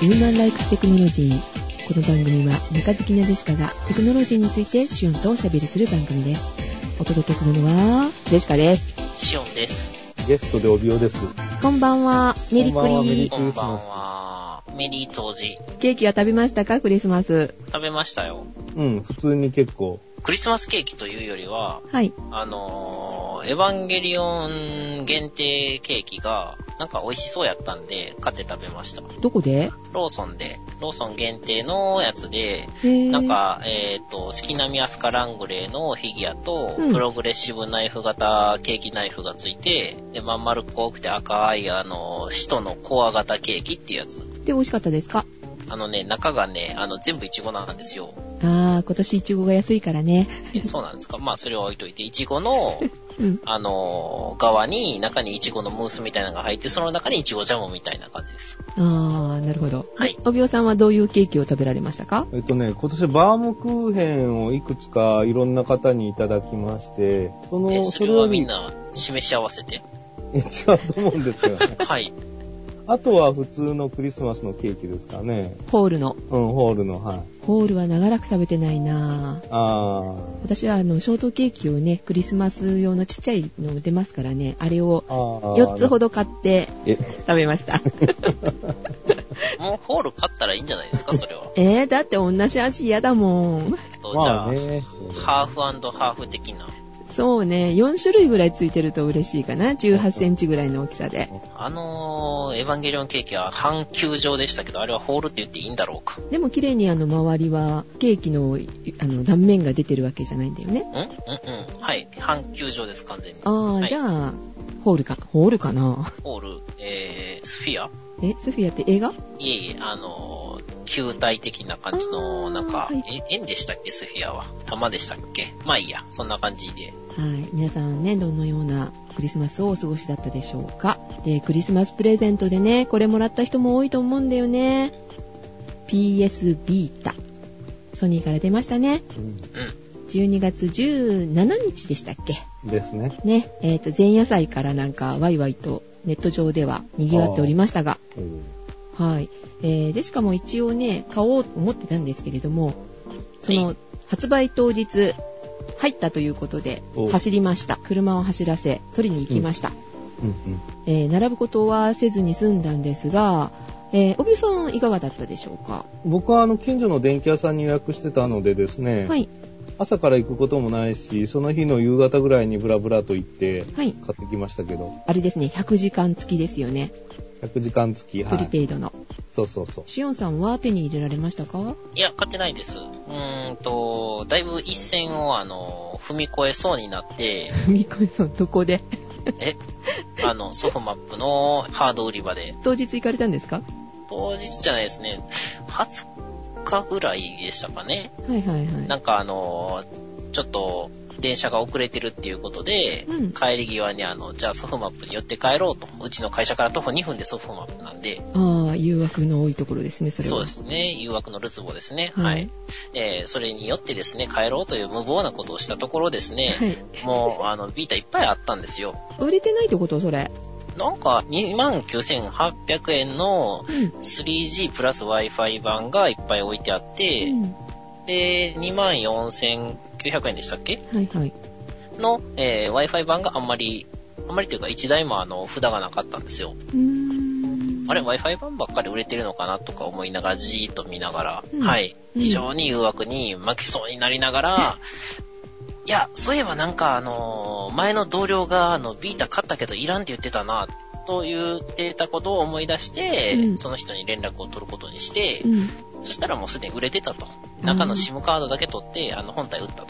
ウーマンライクステクノロジー。この番組は中好きなジェシカがテクノロジーについてシオンとおしゃべりする番組です。お届けするのはジェシカです。 シオンです。 ゲストで帯尾です。 こんばんは。メリクリ。 こんばんは。メリー当時。 ケーキは食べましたか？クリスマス。 食べましたよ。 普通に結構。 クリスマスケーキというよりは、 はい。 エヴァンゲリオン限定ケーキが、なんか美味しそうやったんで、買って食べました。 どこで？ ローソン限定のやつで、なんか、四季並アスカラングレーのフィギュアと、プログレッシブナイフ型ケーキナイフがついて、で、まん丸っこくて赤い、使徒のコア型ケーキっていうやつ。 で、美味しかったですか？ 中がね、全部イチゴなんですよ。 今年イチゴが安いからね。 そうなんですか。まあ、それを置いといて、イチゴの、側に、中にイチゴのムースみたいなのが入って、その中にイチゴジャムみたいな感じです。 なるほど。 はい。 帯尾さんはどういうケーキを食べられましたか？ 今年バームクーヘンをいくつかいろんな方にいただきまして、 それはみんな示し合わせて。 違うと思うんですよね。 はい。 あとは普通のクリスマスのケーキですかね。 ホールの。 ホールの、はい。 ホールは長らく食べてないなぁ。私はショートケーキをね、クリスマス用のちっちゃいの出ますからね、あれを4つほど買って食べました。 もうホール買ったらいいんじゃないですか、それは。 だって同じ味嫌だもん。 じゃあ、ハーフ&ハーフ的な。 そうね、4種類ぐらいついてると嬉しいかな。18センチぐらいの大きさで。 エヴァンゲリオンケーキは半球状でしたけど、あれはホールって言っていいんだろうか。 でも綺麗に周りはケーキの断面が出てるわけじゃないんだよね。 はい。半球状です、完全に。 はい、じゃあ、ホールかな。ホール、スフィア？ スフィアって映画？ いえ、球体的な感じの、なんか、円でしたっけ、スフィアは。玉でしたっけ？まあいいや、そんな感じで。 はい。皆さんね、どのようなクリスマスをお過ごしだったでしょうか。で、クリスマスプレゼントでね、これもらった人も多いと思うんだよね。PS ビータ。ソニーから出ましたね。12月17日でしたっけ？ ですね。 ね、前夜祭からなんかワイワイとネット上では賑わっておりましたが。はい。ジェシカも一応ね、買おうと思ってたんですけれども、その発売当日、入ったということで走りました。車を走らせ取りに行きました。並ぶことはせずに済んだんですが、帯尾さんいかがだったでしょうか？ 僕は近所の電気屋さんに予約してたのでですね、 はい、 朝から行くこともないし、その日の夕方ぐらいにブラブラと行って買ってきましたけど、 あれですね、100時間付きですよね。 100時間付き、 プリペイドの。 そう。 シオンさんは手に入れられましたか？ いや、買ってないです。だいぶ一線を踏み越えそうになって。 踏み越えそう、どこで？ ソフマップのハード売り場で。 当日行かれたんですか？ 当日じゃないですね。20日ぐらいでしたかね。 はい。 なんかちょっと電車が遅れてるっていうことで、帰り際にじゃあソフマップに寄って帰ろうと。うちの会社から徒歩2分でソフマップなんで。 誘惑の多いところですね、それは。 そうですね。誘惑のるつぼですね。はい。それによってですね、帰ろうという無謀なことをしたところですね、もうビータいっぱいあったんですよ。 売れてないってこと？それ。 なんか 29,800 円の 3G プラス Wi-Fi 版がいっぱい置いてあって、で、24,900 円でしたっけ？ はい。 の、Wi-Fi 版があんまりというか1台も札がなかったんですよ。あれ Wi-Fi 版ばっかり売れてるのかなとか思いながらじーっと見ながら、はい。非常に誘惑に負けそうになりながら、いや、そういえばなんか前の同僚がビータ買ったけどいらんって言ってたな、と言ってたことを思い出して、その人に連絡を取ることにして、そしたらもうすでに売れてたと。中の SIM カードだけ取って、本体売ったと。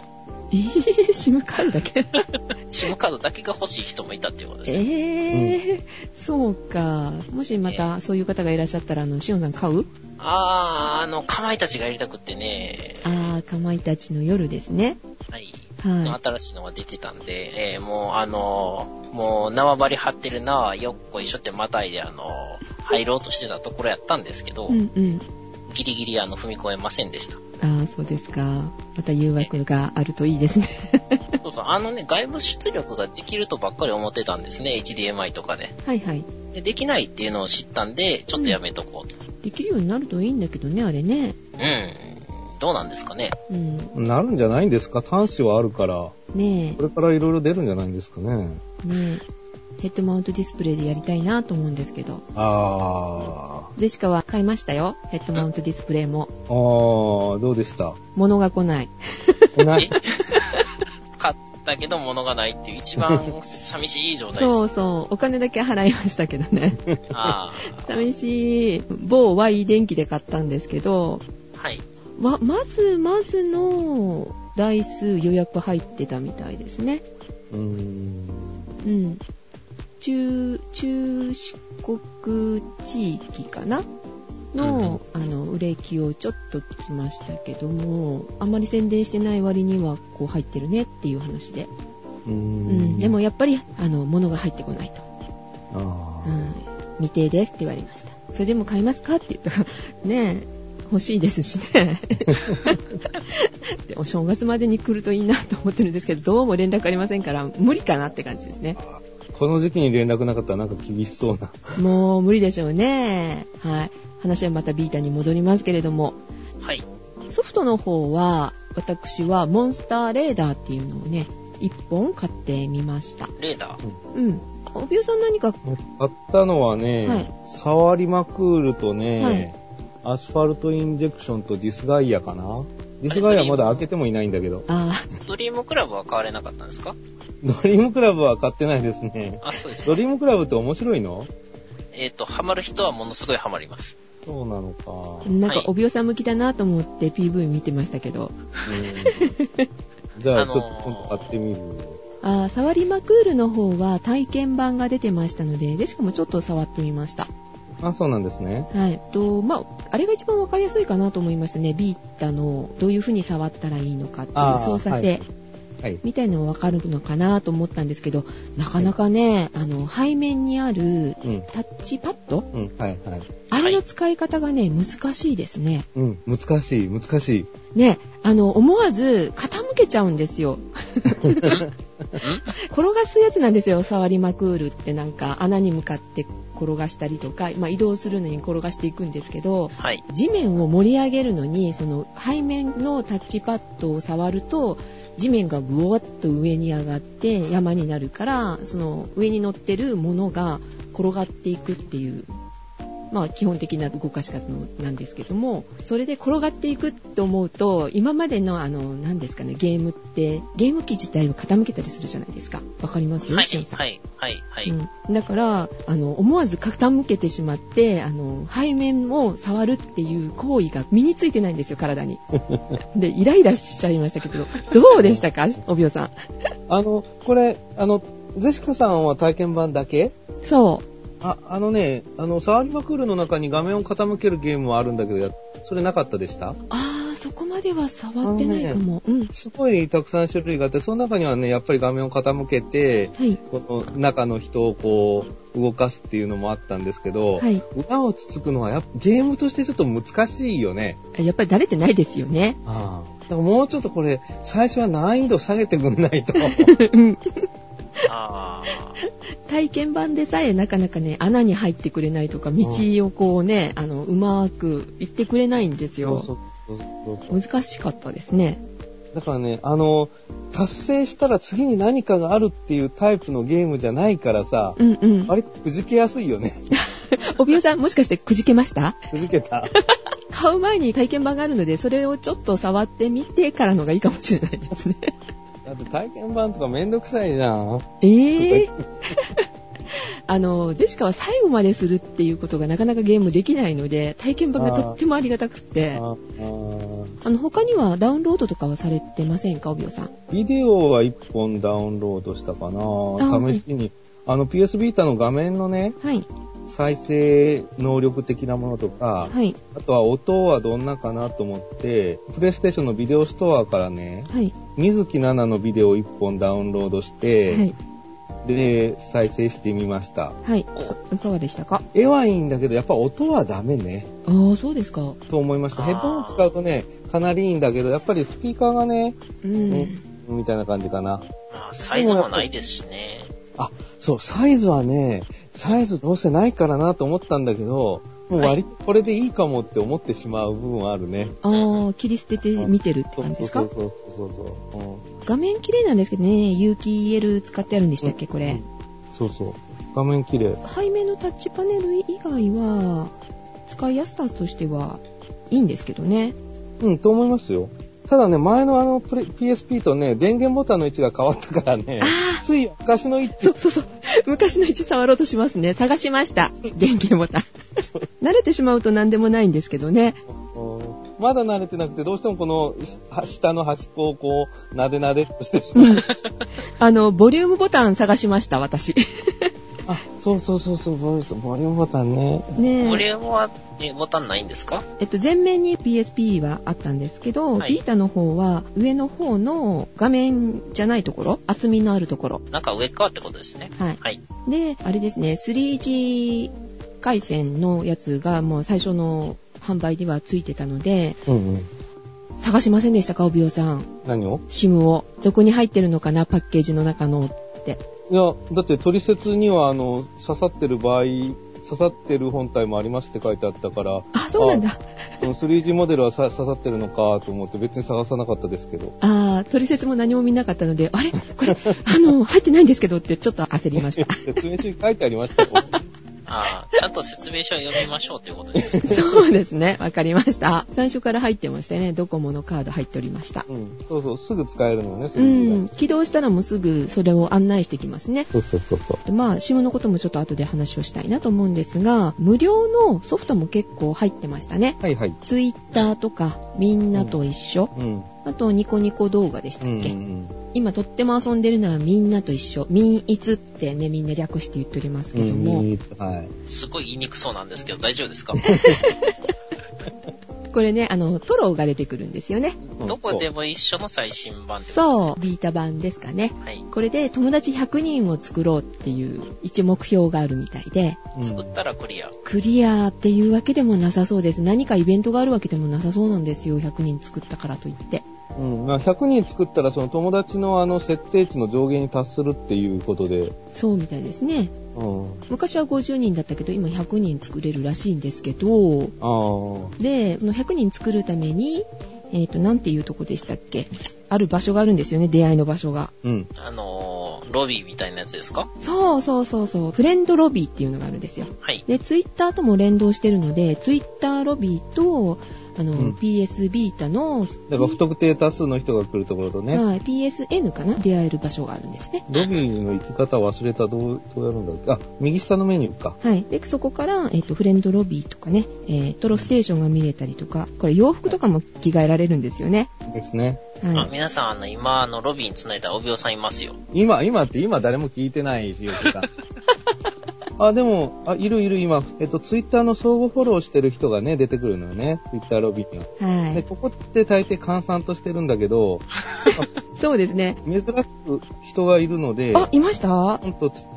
SIM カードだけ SIM カードだけが欲しい人もいたっていうことですね。 そうか。もしまたそういう方がいらっしゃったら、シオンさん買う？ かまいたちがやりたくってね。 かまいたちの夜ですね。 はい。新しいのが出てたんで、もう縄張り張ってる縄よっこいしょってまたいで入ろうとしてたところやったんですけど、ギリギリ踏み越えませんでした。 そうですか。また誘惑があるといいですね。 そう外部出力ができるとばっかり思ってたんですね、HDMI とかで。 はい。 できないっていうのを知ったんで、ちょっとやめとこうと。 できるようになるといいんだけどね、あれね。 どうなんですかね。 なるんじゃないんですか。端子はあるから。 ねえ。 これからいろいろ出るんじゃないんですかね。 ねえ。ヘッドマウントディスプレイでやりたいなと思うんですけど。 ジェシカは買いましたよ。ヘッドマウントディスプレイも。 どうでした？ 物が来ない。 来ない。 買ったけど物がないっていう一番寂しい状態です。 そうそう。お金だけ払いましたけどね。寂しい。某 Y 電気で買ったんですけど。 はい。 まずの台数予約入ってたみたいですね。中四国地域かなの、売れ行きをちょっと聞きましたけども、あまり宣伝してない割にはこう入ってるねっていう話で。でもやっぱり物が入ってこないと。未定ですって言われました。それでも買いますかって言ったらねえ。欲しいですしね。でお正月までに来るといいなと思ってるんですけど、どうも連絡ありませんから無理かなって感じですね。 この時期に連絡なかったらなんか厳しそうな。 もう無理でしょうね。はい。話はまたビータに戻りますけれども。 はい。 ソフトの方は私はモンスターレーダーっていうのをね、1本買ってみました。 レーダー？ おびおさん何か買ったのはね、触りまくーるとね、アスファルトインジェクションとディスガイアかな。ディスガイアまだ開けてもいないんだけど。 ドリームクラブは買われなかったんですか？ ドリームクラブは買ってないですね。 そうですか。 ドリームクラブって面白いの？ ハマる人はものすごいハマります。 そうなのか。 なんかおびおさん向きだなと思って PV 見てましたけど。 じゃあちょっと今度買ってみる。 触りまくーるの方は体験版が出てましたので、しかもちょっと触ってみました。 そうなんですね。 はい。あれが一番わかりやすいかなと思いましたね。ビータのどういう風に触ったらいいのかっていう操作性みたいなのがわかるのかなと思ったんですけど、なかなかね、背面にあるタッチパッド、あれの使い方がね、難しいですね。 難しい。 ね、思わず傾けちゃうんですよ。転がすやつなんですよ。触りまくーるってなんか穴に向かって転がしたりとか、移動するのに転がしていくんですけど、地面を盛り上げるのにその背面のタッチパッドを触ると地面がブワッと上に上がって山になるから、その上に乗ってるものが転がっていくっていう基本的な動かし方なんですけども、それで転がっていくって思うと、今までの何ですかね、ゲームってゲーム機自体を傾けたりするじゃないですか。わかります？ はい。 だから思わず傾けてしまって背面を触るっていう行為が身についてないんですよ、体に。でイライラしちゃいましたけど、どうでしたか、おびおさん。 これゼシカさんは体験版だけ？ そう。 触りまくーるの中に画面を傾けるゲームはあるんだけど、それなかったでした？ そこまでは触ってないかも。 すごいたくさん種類があって、その中にはね、やっぱり画面を傾けて、この中の人をこう動かすっていうのもあったんですけど、裏をつつくのはゲームとしてちょっと難しいよね。 やっぱり慣れてないですよね。 だからもうちょっとこれ最初は難易度下げてくんないと。 体験版でさえなかなかね、穴に入ってくれないとか、道をこうね、うまく行ってくれないんですよ。難しかったですね。 だからね、達成したら次に何かがあるっていうタイプのゲームじゃないからさ、割とくじけやすいよね。 おびおさん、もしかしてくじけました？ くじけた。 買う前に体験版があるので、それをちょっと触ってみてからのがいいかもしれないですね。 だって体験版とかめんどくさいじゃん。 ジェシカは最後までするっていうことがなかなかゲームできないので、体験版がとってもありがたくて。他にはダウンロードとかはされてませんか、おびおさん？ ビデオは1本ダウンロードしたかな。試しに。PS ビータの画面のね、再生能力的なものとか、あとは音はどんなかなと思って、プレイステーションのビデオストアからね、水木奈々のビデオを1本ダウンロードして、で、再生してみました。 いかがでしたか？ 絵はいいんだけど、やっぱ音はダメね。 そうですか。 と思いました。ヘッドホン使うとね、かなりいいんだけど、やっぱりスピーカーがね、みたいな感じかな。 サイズもないですしね。 そう、サイズはね、サイズどうせないからなと思ったんだけど、 もう割とこれでいいかもって思ってしまう部分はあるね。 ああ、切り捨てて見てるって感じですか？ そう。 画面綺麗なんですけどね、有機 EL 使ってあるんでしたっけ、これ。 そう。画面綺麗。 背面のタッチパネル以外は、使いやすさとしてはいいんですけどね。 と思いますよ。ただね、前のPSP とね、電源ボタンの位置が変わったからね、つい昔の位置。 そう。昔の位置触ろうとしますね。探しました。電源ボタン。慣れてしまうと何でもないんですけどね。 まだ慣れてなくて、どうしてもこの下の端っこをこう、なでなでっとしてしまう。 ボリュームボタン探しました、私。 そう、ボリュームボタンね。 ボリュームはボタンないんですか？ 前面に PSP はあったんですけど、ビータの方は上の方の画面じゃないところ、厚みのあるところ。 なんか上側ってことですね。 はい。で、あれですね、3G 回線のやつがもう最初の販売ではついてたので、探しませんでしたか、帯尾さん。 何を ？SIM を。どこに入ってるのかな、パッケージの中のって。 いや、だって取説には刺さってる場合、刺さってる本体もありますって書いてあったから。 そうなんだ。 3G モデルは刺さってるのかと思って別に探さなかったですけど。 取説も何も見なかったので、あれこれ、入ってないんですけどってちょっと焦りました。 説明書に書いてありましたもん。 ちゃんと説明書を読みましょうということですね。 そうですね。わかりました。最初から入ってましたね。ドコモのカード入っておりました。 そう。すぐ使えるのね。 起動したらもうすぐそれを案内してきますね。 そう。 SIM のこともちょっと後で話をしたいなと思うんですが、無料のソフトも結構入ってましたね。 はい。 Twitter とか、みんなと一緒。あと、ニコニコ動画でしたっけ？今とっても遊んでるのはみんなと一緒。みんいつってね、みんな略して言っておりますけども。 すごい言いにくそうなんですけど、大丈夫ですか？ これね、トロが出てくるんですよね。 どこでも一緒の最新版ってことですね。 そう、ビータ版ですかね。これで友達100人を作ろうっていう一目標があるみたいで。 作ったらクリア。 クリアっていうわけでもなさそうです。何かイベントがあるわけでもなさそうなんですよ。100人作ったからといって。 100人作ったらその友達の設定値の上限に達するっていうことで。 そうみたいですね。昔は50人だったけど今100人作れるらしいんですけど、でその100人作るためになんていうとこでしたっけ、ある場所があるんですよね、出会いの場所が。 ロビーみたいなやつですか？ そう。フレンドロビーっていうのがあるんですよ。でツイッターとも連動してるので、ツイッターロビーとPS ビータのだから不特定多数の人が来るところとね、 PSN かな、出会える場所があるんですね。 ロビーの行き方忘れた。どうやるんだっけ？右下のメニューか。 でそこから、フレンドロビーとかね、トロステーションが見れたりとか、これ洋服とかも着替えられるんですよね。 ですね。 皆さん今ロビーに繋いだ帯尾さんいますよ。 今誰も聞いてないしよくさ。でも、いる今、ツイッターの相互フォローしてる人がね、出てくるのよね。ツイッターロビーには。で、ここって大抵閑散としてるんだけど、 そうですね。 珍しく人がいるので、 いました？ ほんとつって、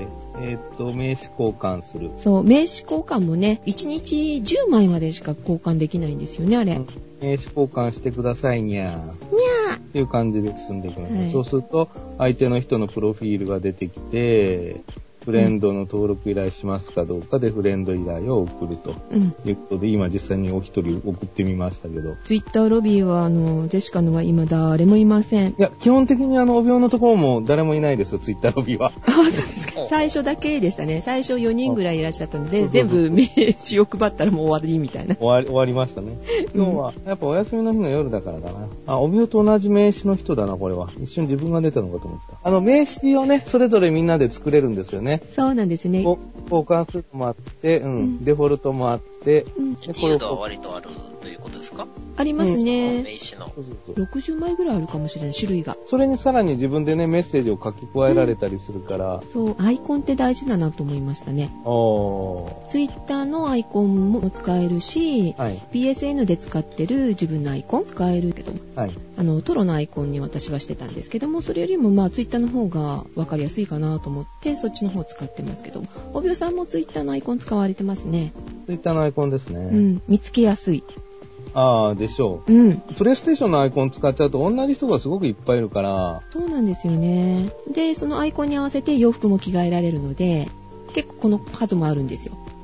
名刺交換する。 そう、名刺交換もね、1日10枚までしか交換できないんですよね、あれ。 名刺交換してくださいにゃー。っていう感じで進んでいくので、そうすると、相手の人のプロフィールが出てきて、フレンドの登録依頼しますかどうかでフレンド依頼を送るということで、今実際にお一人送ってみましたけど。 ツイッターロビーはジェシカのは今誰もいません。 いや、基本的に帯尾のところも誰もいないですよ、ツイッターロビーは。 そうですか。最初だけでしたね。最初4人ぐらいいらっしゃったので、全部名刺を配ったらもう終わりみたいな。終わりましたね。今日は、やっぱお休みの日の夜だからだな。帯尾と同じ名刺の人だな、これは。一瞬自分が出たのかと思った。名刺をね、それぞれみんなで作れるんですよね。 そうなんですね。 交換するのもあって、デフォルトもあって、 自由度は割とあるということですか？ ありますね。 名刺の。 60枚ぐらいあるかもしれない、種類が。 それにさらに自分でね、メッセージを書き加えられたりするから。 そう、アイコンって大事だなと思いましたね。ツイッターのアイコンも使えるし、PSN で使ってる自分のアイコン使えるけども、トロのアイコンに私はしてたんですけども、それよりもツイッターの方が分かりやすいかなと思って、そっちの方使ってますけども、帯尾さんもツイッターのアイコン使われてますね。 ツイッターのアイコンですね。 見つけやすい。 でしょう。プレイステーションのアイコン使っちゃうと同じ人がすごくいっぱいいるから。 そうなんですよね。で、そのアイコンに合わせて洋服も着替えられるので、結構この数もあるんですよ。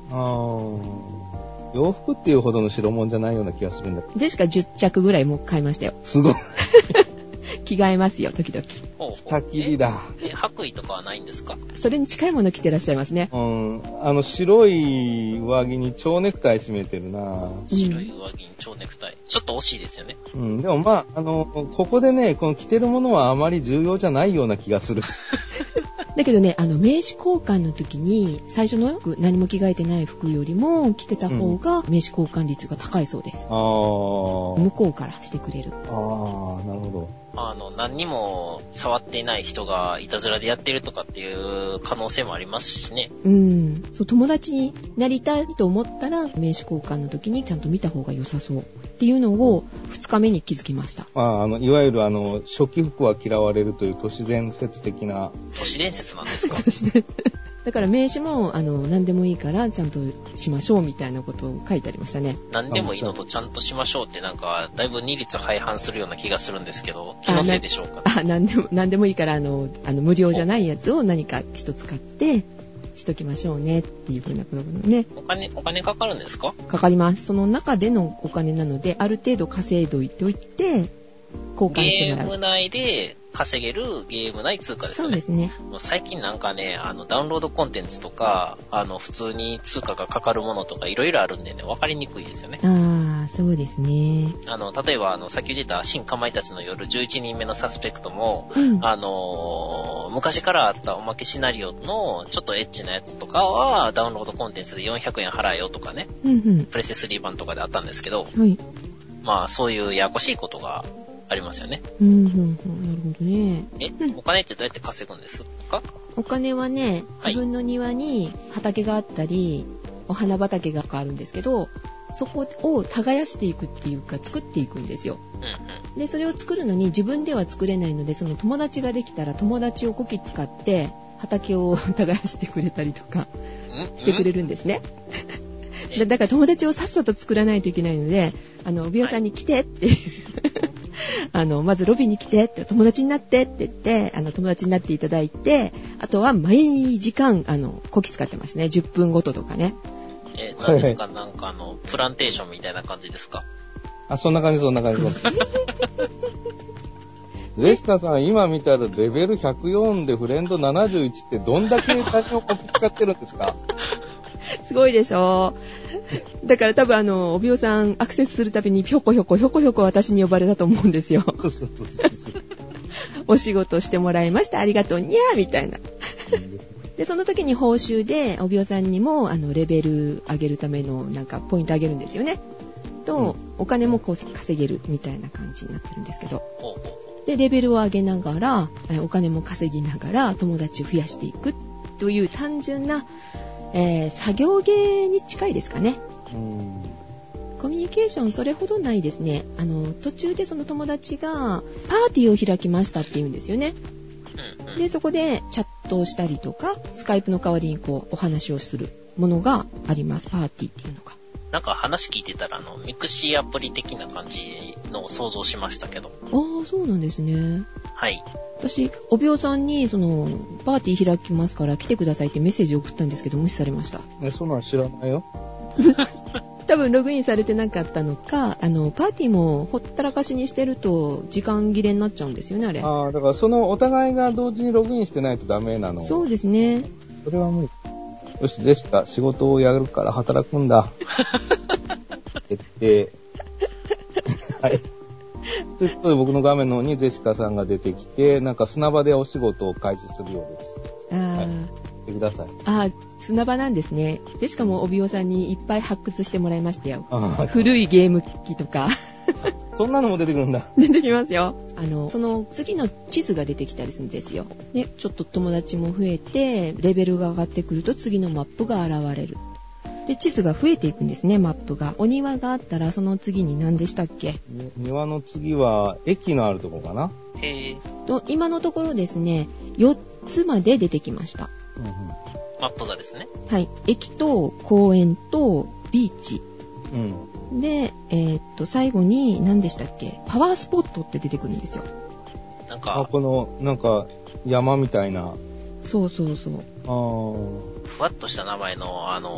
洋服っていうほどの代物じゃないような気がするんだけど。 ジェシカ10着ぐらいも買いましたよ。 すごい。 着替えますよ、時々。 下切りだ。 白衣とかはないんですか？ それに近いもの着てらっしゃいますね。 白い上着に蝶ネクタイ締めてるな。 白い上着に蝶ネクタイ。ちょっと惜しいですよね。 でもまあ、ここでね、この着てるものはあまり重要じゃないような気がする。 だけどね、名刺交換の時に、最初の何も着替えてない服よりも着てた方が名刺交換率が高いそうです。向こうからしてくれる。 なるほど。 何にも触っていない人がいたずらでやってるとかっていう可能性もありますしね。 そう、友達になりたいと思ったら、名刺交換の時にちゃんと見た方が良さそうっていうのを2日目に気づきました。 いわゆる初期服は嫌われるという都市伝説的な。 都市伝説なんですか？ だから名刺も何でもいいからちゃんとしましょうみたいなことを書いてありましたね。 何でもいいのとちゃんとしましょうってなんかだいぶ二律背反するような気がするんですけど、気のせいでしょうか？ 何でもいいから無料じゃないやつを何か一つ買ってしときましょうねっていう風なことね。 お金かかるんですか？ かかります。その中でのお金なので、ある程度稼いでおいて交換してもらう。 ゲーム内で稼げるゲーム内通貨ですよね。 そうですね。 最近なんかね、ダウンロードコンテンツとか、普通に通貨がかかるものとかいろいろあるんでね、わかりにくいですよね。 そうですね。 例えば、さっき言った新かまいたちの夜11人目のサスペクトも、昔からあったおまけシナリオのちょっとエッチなやつとかは、ダウンロードコンテンツで400円払えよとかね、プレステ3版とかであったんですけど、まあ、そういうややこしいことがありますよね。 なるほどね。 お金ってどうやって稼ぐんですか？ お金はね、自分の庭に畑があったり、お花畑があるんですけど、そこを耕していくっていうか作っていくんですよ。で、それを作るのに自分では作れないので、その友達ができたら友達をこき使って畑を耕してくれたりとかしてくれるんですね。だから友達をさっさと作らないといけないので、おびおさんに来てってまずロビーに来てって友達になってって言って友達になっていただいて、あとは毎時間こき使ってますね。10分ごととかね。 何ですか？なんかプランテーションみたいな感じですか？ そんな感じ。ゼシカさん、今見たらレベル104でフレンド71ってどんだけ大変をこき使ってるんですか？ すごいでしょ。だから多分おびおさんアクセスするたびにひょこひょこ私に呼ばれたと思うんですよ。お仕事してもらいました、ありがとうにゃーみたいな。でその時に報酬でおびおさんにもレベル上げるためのなんかポイント上げるんですよね。と、お金もこう稼げるみたいな感じになってるんですけど。でレベルを上げながらお金も稼ぎながら友達を増やしていくという単純な作業芸に近いですかね。コミュニケーションそれほどないですね。途中でその友達がパーティーを開きましたって言うんですよね。でそこでチャットをしたりとかスカイプの代わりにこうお話をするものがあります。パーティーっていうのがなんか話聞いてたらミクシーアプリ的な感じのを想像しましたけど。 そうなんですね。 はい。 私おびおさんにそのパーティー開きますから来てくださいってメッセージを送ったんですけど無視されました。 そんなん知らないよ。 多分ログインされてなかったのか、パーティーもほったらかしにしてると時間切れになっちゃうんですよね、あれ。 だからそのお互いが同時にログインしてないとダメなの。 そうですね。 それは無理。よし、ジェシカ、仕事をやるから働くんだ。決定。はい。ということで僕の画面の方にジェシカさんが出てきて、なんか砂場でお仕事を開始するようです。はい。してください。 砂場なんですね。でしかもおびおさんにいっぱい発掘してもらいましたよ。古いゲーム機とか。 そんなのも出てくるんだ。 出てきますよ。その次の地図が出てきたりするんですよ。で、ちょっと友達も増えて、レベルが上がってくると次のマップが現れる。で、地図が増えていくんですね、マップが。お庭があったらその次に何でしたっけ？ 庭の次は駅のあるところかな。 と、今のところですね、4つまで出てきました。 マップがですね。 はい。駅と公園とビーチ。で、最後に何でしたっけ？パワースポットって出てくるんですよ。 なんか、 なんか山みたいな。 そう。 ふわっとした名前の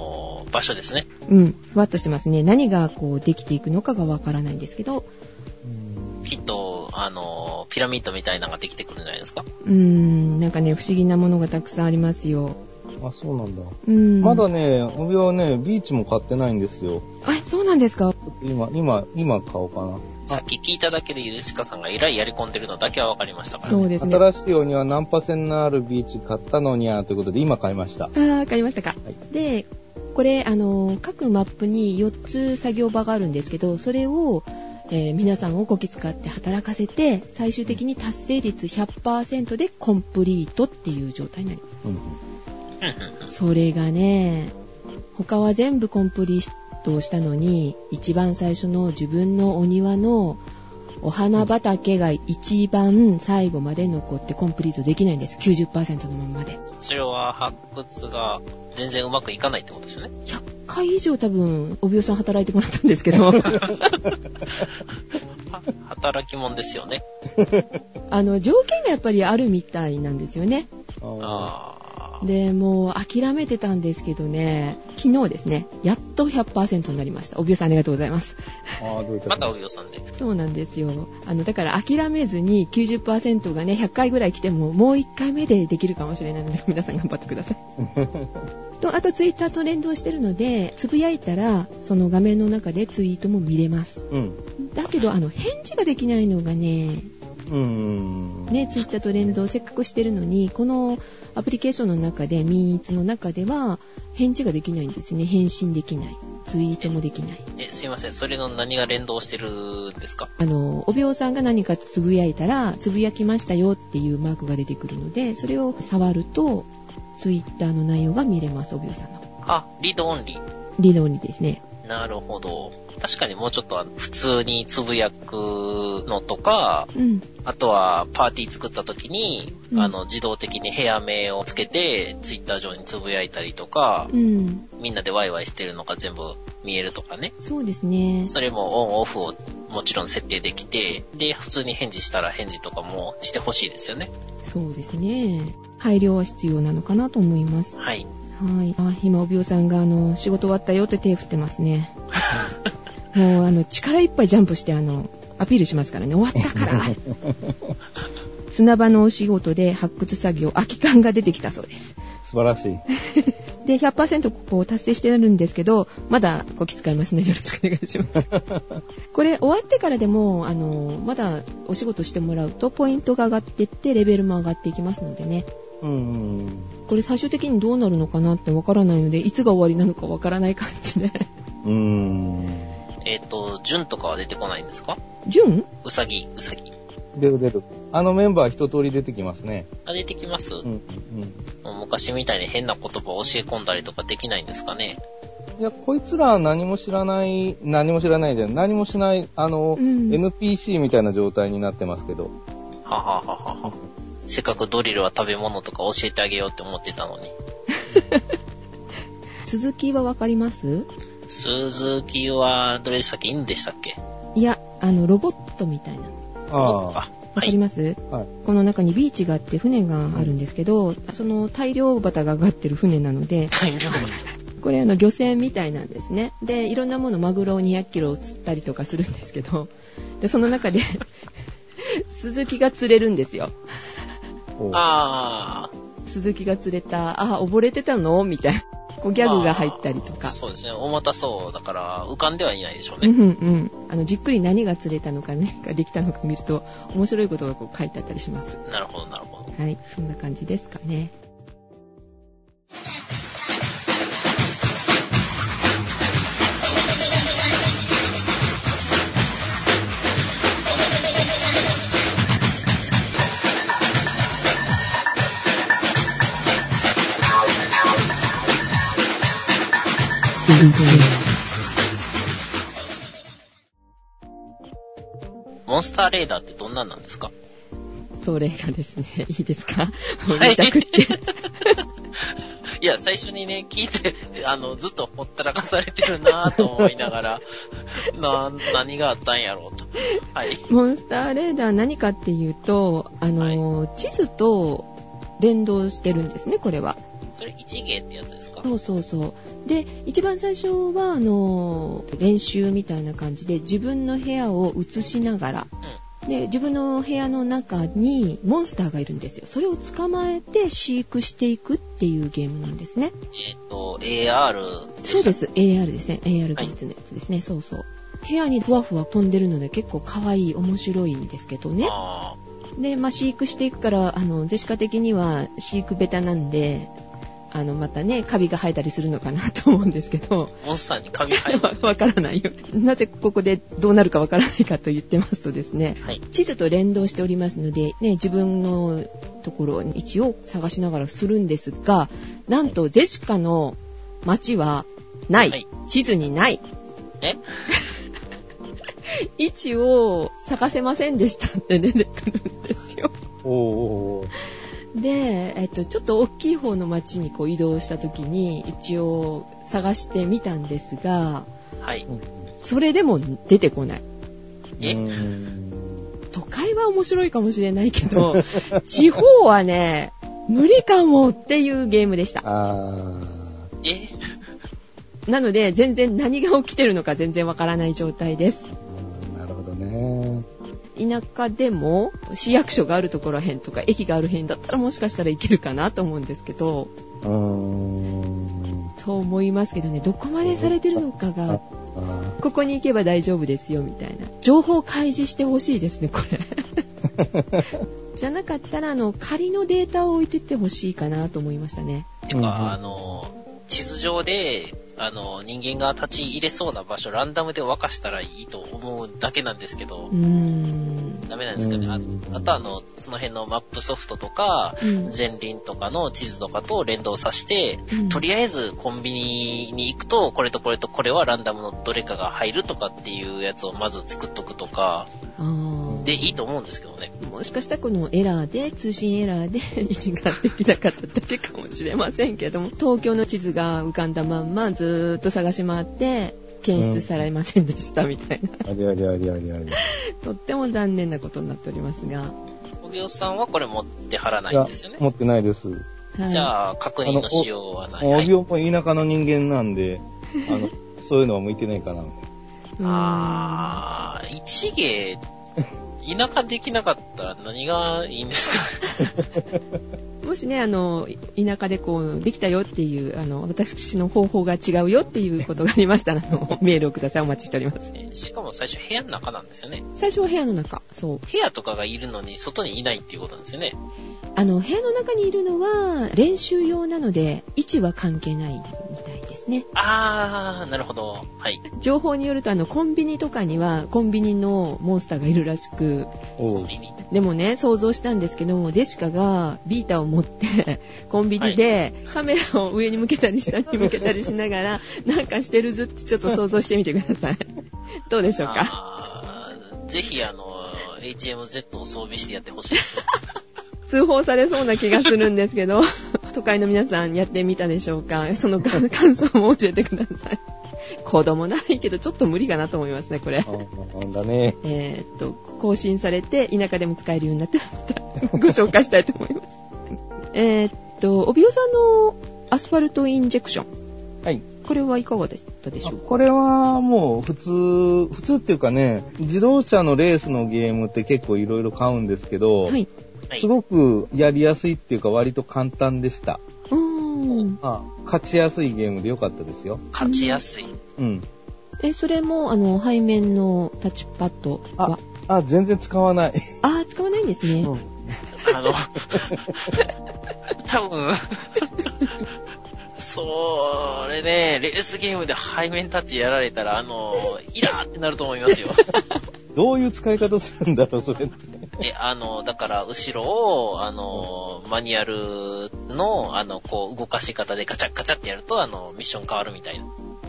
場所ですね。 ふわっとしてますね。何がこうできていくのかがわからないんですけど。 きっと、ピラミッドみたいなのができてくるんじゃないですか。 なんかね、不思議なものがたくさんありますよ。 あ、そうなんだ。まだね、帯はね、ビーチも買ってないんですよ。 そうなんですか。 今買おうかな。 さっき聞いただけでゆでしかさんがえらいやり込んでるのだけは分かりましたから、 ね。そうですね。 新しいお庭ナンパ線のあるビーチ買ったのにゃーということで今買いました。 買いましたか。はい、で、これ各マップに4つ作業場があるんですけど、それを、皆さんをこき使って働かせて、最終的に達成率 100% でコンプリートっていう状態になります。それがね、他は全部コンプリートをしたのに、一番最初の自分のお庭のお花畑が一番最後まで残ってコンプリートできないんです。90% のままで。 それは発掘が全然うまくいかないってことですよね。 100回以上多分、帯尾さん働いてもらったんですけど。 働き者ですよね。 条件がやっぱりあるみたいなんですよね。で、もう諦めてたんですけどね、昨日ですね、やっと 100% になりました。帯尾さんありがとうございます。 また帯尾さんで。 そうなんですよ。だから諦めずに 90% がね、100回ぐらい来ても、もう1回目でできるかもしれないので、皆さん頑張ってください。あとツイッターと連動してるので、つぶやいたら、その画面の中でツイートも見れます。だけど、返事ができないのがね、ツイッターと連動せっかくしてるのに、このアプリケーションの中で、ミーツの中では返事ができないんですよね。返信できない。ツイートもできない。 すいません。それの何が連動してるんですか？ 帯尾さんが何かつぶやいたら、つぶやきましたよっていうマークが出てくるので、それを触ると、ツイッターの内容が見れます、帯尾さんの。 リードオンリー。 リードオンリーですね。 なるほど。確かにもうちょっと普通につぶやくのとか、あとはパーティー作った時に、自動的に部屋名をつけてツイッター上につぶやいたりとか、みんなでワイワイしてるのが全部見えるとかね。 そうですね。 それもオンオフをもちろん設定できて、で普通に返事したら返事とかもしてほしいですよね。 そうですね。配慮は必要なのかなと思います。 はい。 今帯尾さんが仕事終わったよって手振ってますね。もう力いっぱいジャンプしてアピールしますからね。終わったから。砂場のお仕事で発掘作業空き缶が出てきたそうです。 素晴らしい。 で 100% ここ達成してるんですけど、まだこき使いますね。よろしくお願いします。これ終わってからでもまだお仕事してもらうとポイントが上がっていってレベルも上がっていきますのでね。これ最終的にどうなるのかなってわからないので、いつが終わりなのかわからない感じで。 順とかは出てこないんですか？ 順？ うさぎ。 出る。メンバー一通り出てきますね。 出てきます？昔みたいに変な言葉を教え込んだりとかできないんですかね？ いや、こいつらは何もしないじゃん。何もしない、NPC みたいな状態になってますけど。 せっかくドリルは食べ物とか教えてあげようって思ってたのに。 続きはわかります？ 鈴木はどれでしたっけ？犬でしたっけ？ いや、ロボットみたいな。 わかります？はい、この中にビーチがあって船があるんですけど、その大漁旗が上がってる船なので、これ漁船みたいなんですね。で、いろんなもの、マグロを200キロ釣ったりとかするんですけど、でその中で鈴木が釣れるんですよ。鈴木が釣れた、溺れてたのみたいな。ギャグが入ったりとか。 そうですね。重たそうだから浮かんではいないでしょうね。 じっくり何が釣れたのかね、ができたのか見ると面白いことが書いてあったりします。 なるほど。 はい、そんな感じですかね。 モンスターレーダーってどんなんなんですか？ それがですね、いいですか？見たくって。 いや、最初にね、聞いて、ずっとほったらかされてるなぁと思いながら、何があったんやろうと。はい。 モンスターレーダー何かっていうと、地図と連動してるんですね、これは。 それ1芸ってやつですか？ そうそうそう。で、一番最初は、練習みたいな感じで、自分の部屋を映しながら、で、自分の部屋の中にモンスターがいるんですよ。それを捕まえて飼育していくっていうゲームなんですね。 AR そうです。AR ですね。AR 技術のやつですね。はい、そうそう。部屋にふわふわ飛んでるので結構可愛い、面白いんですけどね。で、飼育していくから、ジェシカ的には飼育ベタなんで、またね、カビが生えたりするのかなと思うんですけど。 モンスターにカビ生えるわからないよ。なぜここでどうなるかわからないかと言ってますとですね、はい、地図と連動しておりますので、ね、自分のところに位置を探しながらするんですが、なんとジェシカの街はない。はい、地図にない。位置を探せませんでしたって出てくるんですよ。おー。で、ちょっと大きい方の町にこう移動した時に一応探してみたんですが、はい。それでも出てこない。都会は面白いかもしれないけど、地方はね、無理かもっていうゲームでした。なので、全然何が起きてるのか全然わからない状態です。 なるほどね。 田舎でも市役所があるところへんとか駅があるへんだったらもしかしたらいけるかなと思うんですけど、と思いますけどね、どこまでされてるのかが、ここに行けば大丈夫ですよみたいな情報開示してほしいですね、これ。じゃなかったら仮のデータを置いてってほしいかなと思いましたね。 てか、地図上で人間が立ち入れそうな場所ランダムで沸かしたらいいと思うだけなんですけど、ダメなんですかね。あとその辺のマップソフトとか、前輪とかの地図とかと連動させて、とりあえずコンビニに行くと、これとこれとこれはランダムのどれかが入るとかっていうやつをまず作っとくとか、でいいと思うんですけどね。 もしかしたらこのエラーで、通信エラーで位置ができなかっただけかもしれませんけども、東京の地図が浮かんだまんまずーっと探し回って検出されませんでしたみたいな、ありとっても残念なことになっておりますが、 帯尾さんはこれ持ってはらないんですよね。 持ってないです。 はい、じゃあ確認のしようはない。 帯尾も田舎の人間なんでそういうのは向いてないかな。一芸田舎できなかったら何がいいんですか？ もしね、田舎でこうできたよっていう私の方法が違うよっていうことがありましたらメールをください。お待ちしております。 しかも最初部屋の中なんですよね。 最初は部屋の中。そう。 部屋とかがいるのに外にいないっていうことなんですよね。 部屋の中にいるのは練習用なので位置は関係ないみたいですね。 なるほど。はい。 情報によるとコンビニとかにはコンビニのモンスターがいるらしく、でもね、想像したんですけども、ジェシカがビーターを持ってコンビニでカメラを上に向けたり下に向けたりしながらなんかしてるずってちょっと想像してみてください。どうでしょうか。 ぜひHMZ を装備してやってほしいです。 通報されそうな気がするんですけど、都会の皆さんやってみたでしょうか。その感想も教えてください。子供ないけどちょっと無理かなと思いますね、これ。 なんだね。 更新されて田舎でも使えるようになったらまたご紹介したいと思います。帯尾さんのアスファルトインジェクション。はい。これはいかがでしたでしょうか。 これはもう普通っていうかね、自動車のレースのゲームって結構いろいろ買うんですけど、はい。すごくやりやすいっていうか割と簡単でした。勝ちやすいゲームでよかったですよ。 勝ちやすい。 うん。 それも背面のタッチパッドは全然使わない。 使わないんですね。 多分それね、レースゲームで背面タッチやられたらイラーってなると思いますよ。 どういう使い方するんだろう、それって。 だから後ろをマニュアルのこう動かし方でガチャガチャってやるとミッション変わるみたいな。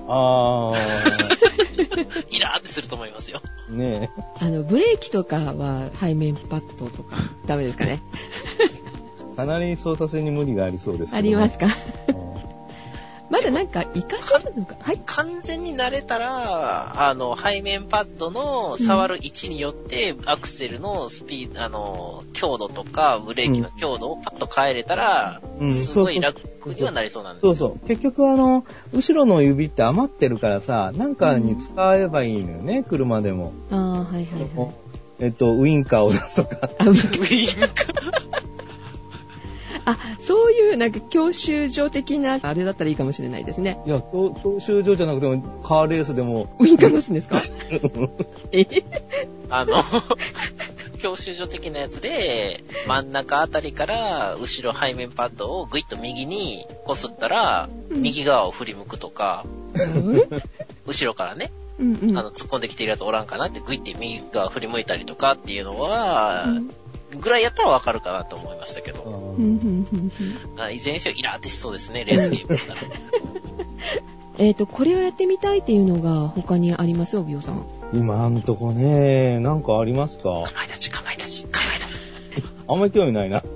イラーってすると思いますよ。 ねえ。ブレーキとかは背面パッドとかダメですかね。 かなり操作性に無理がありそうですけど、ね。 ありますか。 まだなんか活かせるのか。はい。 完全に慣れたら、背面パッドの触る位置によって、アクセルのスピード、強度とか、ブレーキの強度をパッと変えれたら、すごい楽にはなりそうなんですよ。 そう。結局後ろの指って余ってるからさ、なんかに使えばいいのよね、車でも。 ああ、はいはいはい。 ウインカーを出すとか。 ウインカー。 あ、そういうなんか教習所的なあれだったらいいかもしれないですね。 いや、教習所じゃなくてもカーレースでもウインカー出すんですか？ 教習所的なやつで真ん中あたりから後ろ背面パッドをグイッと右に擦ったら、右側を振り向くとか、後ろからね、突っ込んできてるやつおらんかなってグイッて右側振り向いたりとかっていうのは、ぐらいやったらわかるかなと思いましたけど。いずれにしろイラーってしそうですね、レースゲームだったら。 これをやってみたいっていうのが他にありますよ、ビオさん。 今んとこね、なんかありますか？ かまいたち。 あんまり興味ないな。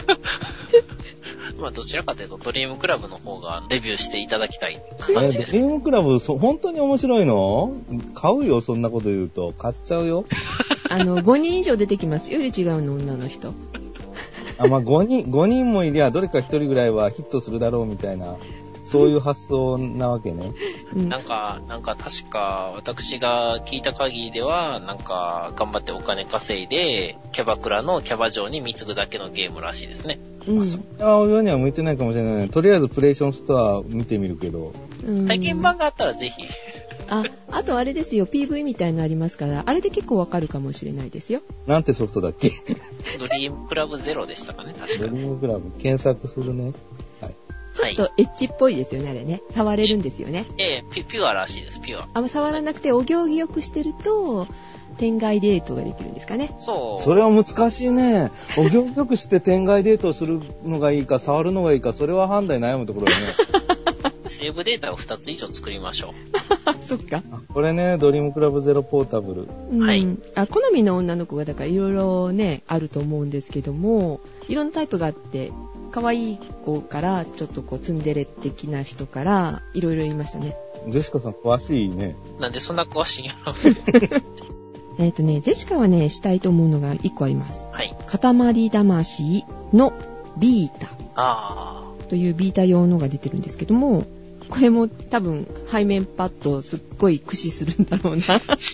まあどちらかというとドリームクラブの方がレビューしていただきたい感じです。 ドリームクラブ本当に面白いの？買うよ、そんなこと言うと。買っちゃうよ。 5人以上出てきますより違うの、女の人。 まあ5人もいりゃどれか1人ぐらいはヒットするだろうみたいな、そういう発想なわけね。 なんか確か私が聞いた限りでは、なんか頑張ってお金稼いでキャバクラのキャバ嬢に貢ぐだけのゲームらしいですね。 親には向いてないかもしれない。とりあえずプレイステーションストア見てみるけど。 体験版があったらぜひ。 あとあれですよ、PV みたいなのありますから、あれで結構わかるかもしれないですよ。 なんてソフトだっけ？ ドリームクラブゼロでしたかね、確かに。 ドリームクラブ検索するね。はい。 ちょっとエッチっぽいですよね、あれね。触れるんですよね。 ピュアらしいです、ピュア。 触らなくてお行儀よくしてると、天外デートができるんですかね。 そう。 それは難しいね。お行儀よくして天外デートをするのがいいか、触るのがいいか、それは判断に悩むところだね。 セーブデータを2つ以上作りましょう。そっか。 これね、ドリームクラブゼロポータブル。 はい。 好みの女の子がだからいろいろね、あると思うんですけども、いろんなタイプがあって、可愛い子からちょっとツンデレ的な人からいろいろ言いましたね。 ジェシカさん詳しいね。 なんでそんな詳しいんやろ。 ジェシカはね、したいと思うのが1個あります。 はい。 塊魂のビータというビータ用のが出てるんですけども、これも多分背面パッドをすっごい駆使するんだろうな。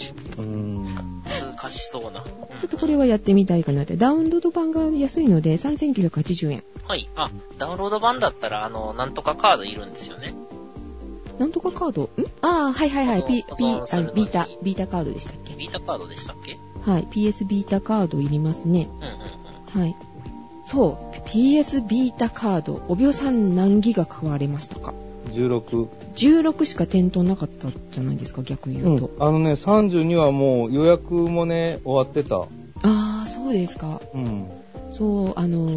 難しそうな。 ちょっとこれはやってみたいかなって。ダウンロード版が安いので3980円。 はい。ダウンロード版だったらなんとかカードいるんですよね。 なんとかカード？はいはいはい。ビータカードでしたっけ？ ビータカードでしたっけ？ はい。PS ビータカードいりますね。はい。そう。PS ビータカード。おびょさん何ギガ買われましたか？16しか店頭なかったじゃないですか、逆に言うと。 32はもう予約もね、終わってた。 そうですか。そう、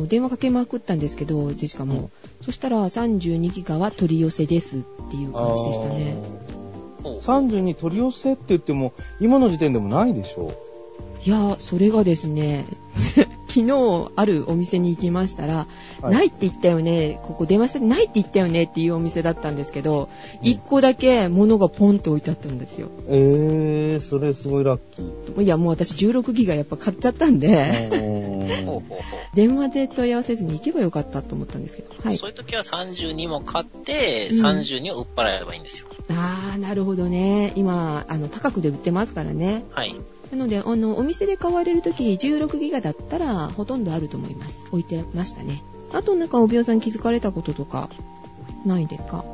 電話かけまくったんですけど、ジェシカも。そしたら32ギガは取り寄せですっていう感じでしたね。 32取り寄せって言っても、今の時点でもないでしょ？ いや、それがですね、昨日あるお店に行きましたら、ないって言ったよね、ここ電話してないって言ったよねっていうお店だったんですけど、1個だけ物がポンって置いてあったんですよ。 それすごいラッキー。 いや、もう私16ギガやっぱ買っちゃったんで、電話で問い合わせずに行けばよかったと思ったんですけど。はい。 そういう時は32も買って、32を売っ払えばいいんですよ。 なるほどね。今、高くで売ってますからね。 はい。 なので、お店で買われるとき16ギガだったらほとんどあると思います。置いてましたね。あとなんかおびょさん気づかれたこととかないですか？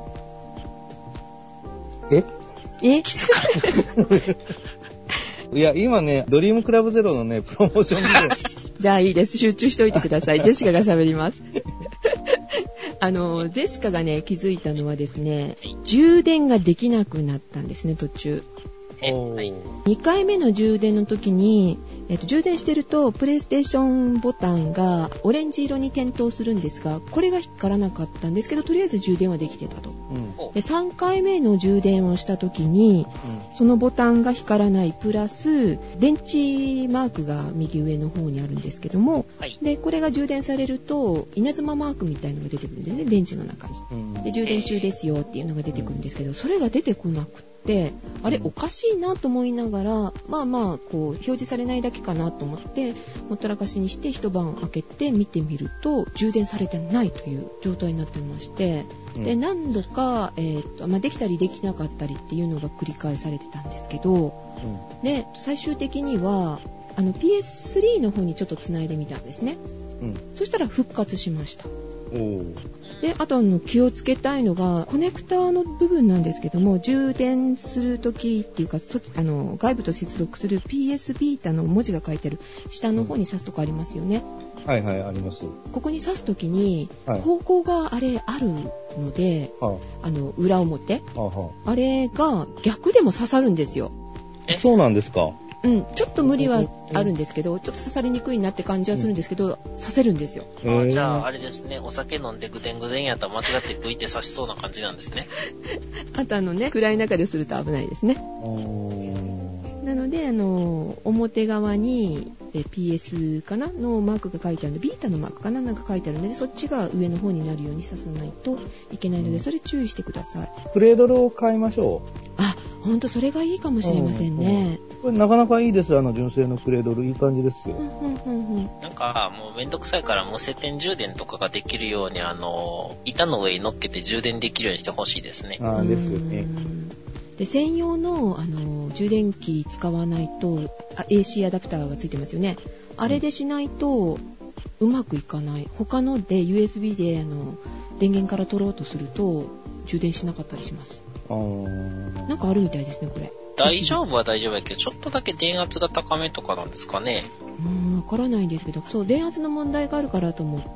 気づかれいや、今ね、ドリームクラブゼロのね、プロモーションビデオ。じゃあいいです。集中しておいてください。ジェシカが喋ります。ジェシカがね、気づいたのはですね、充電ができなくなったんですね、途中。2回目の充電の時に、充電してるとプレイステーションボタンがオレンジ色に点灯するんですが、これが光らなかったんですけど、とりあえず充電はできてたと。 で、3回目の充電をした時に、そのボタンが光らないプラス、電池マークが右上の方にあるんですけども、で、これが充電されると、稲妻マークみたいのが出てくるんですね、電池の中に。で、充電中ですよっていうのが出てくるんですけど、それが出てこなくて、あれおかしいなと思いながら、こう表示されないだけかなと思ってほったらかしにして一晩開けて見てみると充電されてないという状態になってまして、で何度か、できたりできなかったりっていうのが繰り返されてたんですけど、で最終的にはPS3 の方にちょっとつないでみたんですね、そしたら復活しました。で、あと気をつけたいのがコネクターの部分なんですけども、充電するときっていうか外部と接続する PS ビータの文字が書いてある下の方に挿すとこありますよね。はいはい、あります。ここに挿すときに、方向があれあるので、裏表、あれが逆でも刺さるんですよ。 そうなんですか。 ちょっと無理はあるんですけど、ちょっと刺さりにくいなって感じはするんですけど、刺せるんですよ。 じゃああれですね、お酒飲んでぐでんぐでんやったら間違ってグイって刺しそうな感じなんですね。 あと暗い中ですると危ないですね。なので表側にPS かなのマークが書いてあるので、ビータのマークかななんか書いてあるので、そっちが上の方になるように刺さないといけないので、それ注意してください。 クレードルを買いましょう。 ほんとそれがいいかもしれませんね。 これなかなかいいです。純正のクレードルいい感じですよ。 なんかもうめんどくさいから無接点充電とかができるように板の上に乗っけて充電できるようにしてほしいですね。 ですよね。 で専用の充電器使わないとAC アダプターがついてますよね。あれでしないとうまくいかない。他ので USB で電源から取ろうとすると充電しなかったりします。なんかあるみたいですね、これ。 大丈夫は大丈夫やけど、ちょっとだけ電圧が高めとかなんですかね。 わからないんですけど、そう、電圧の問題があるからと思って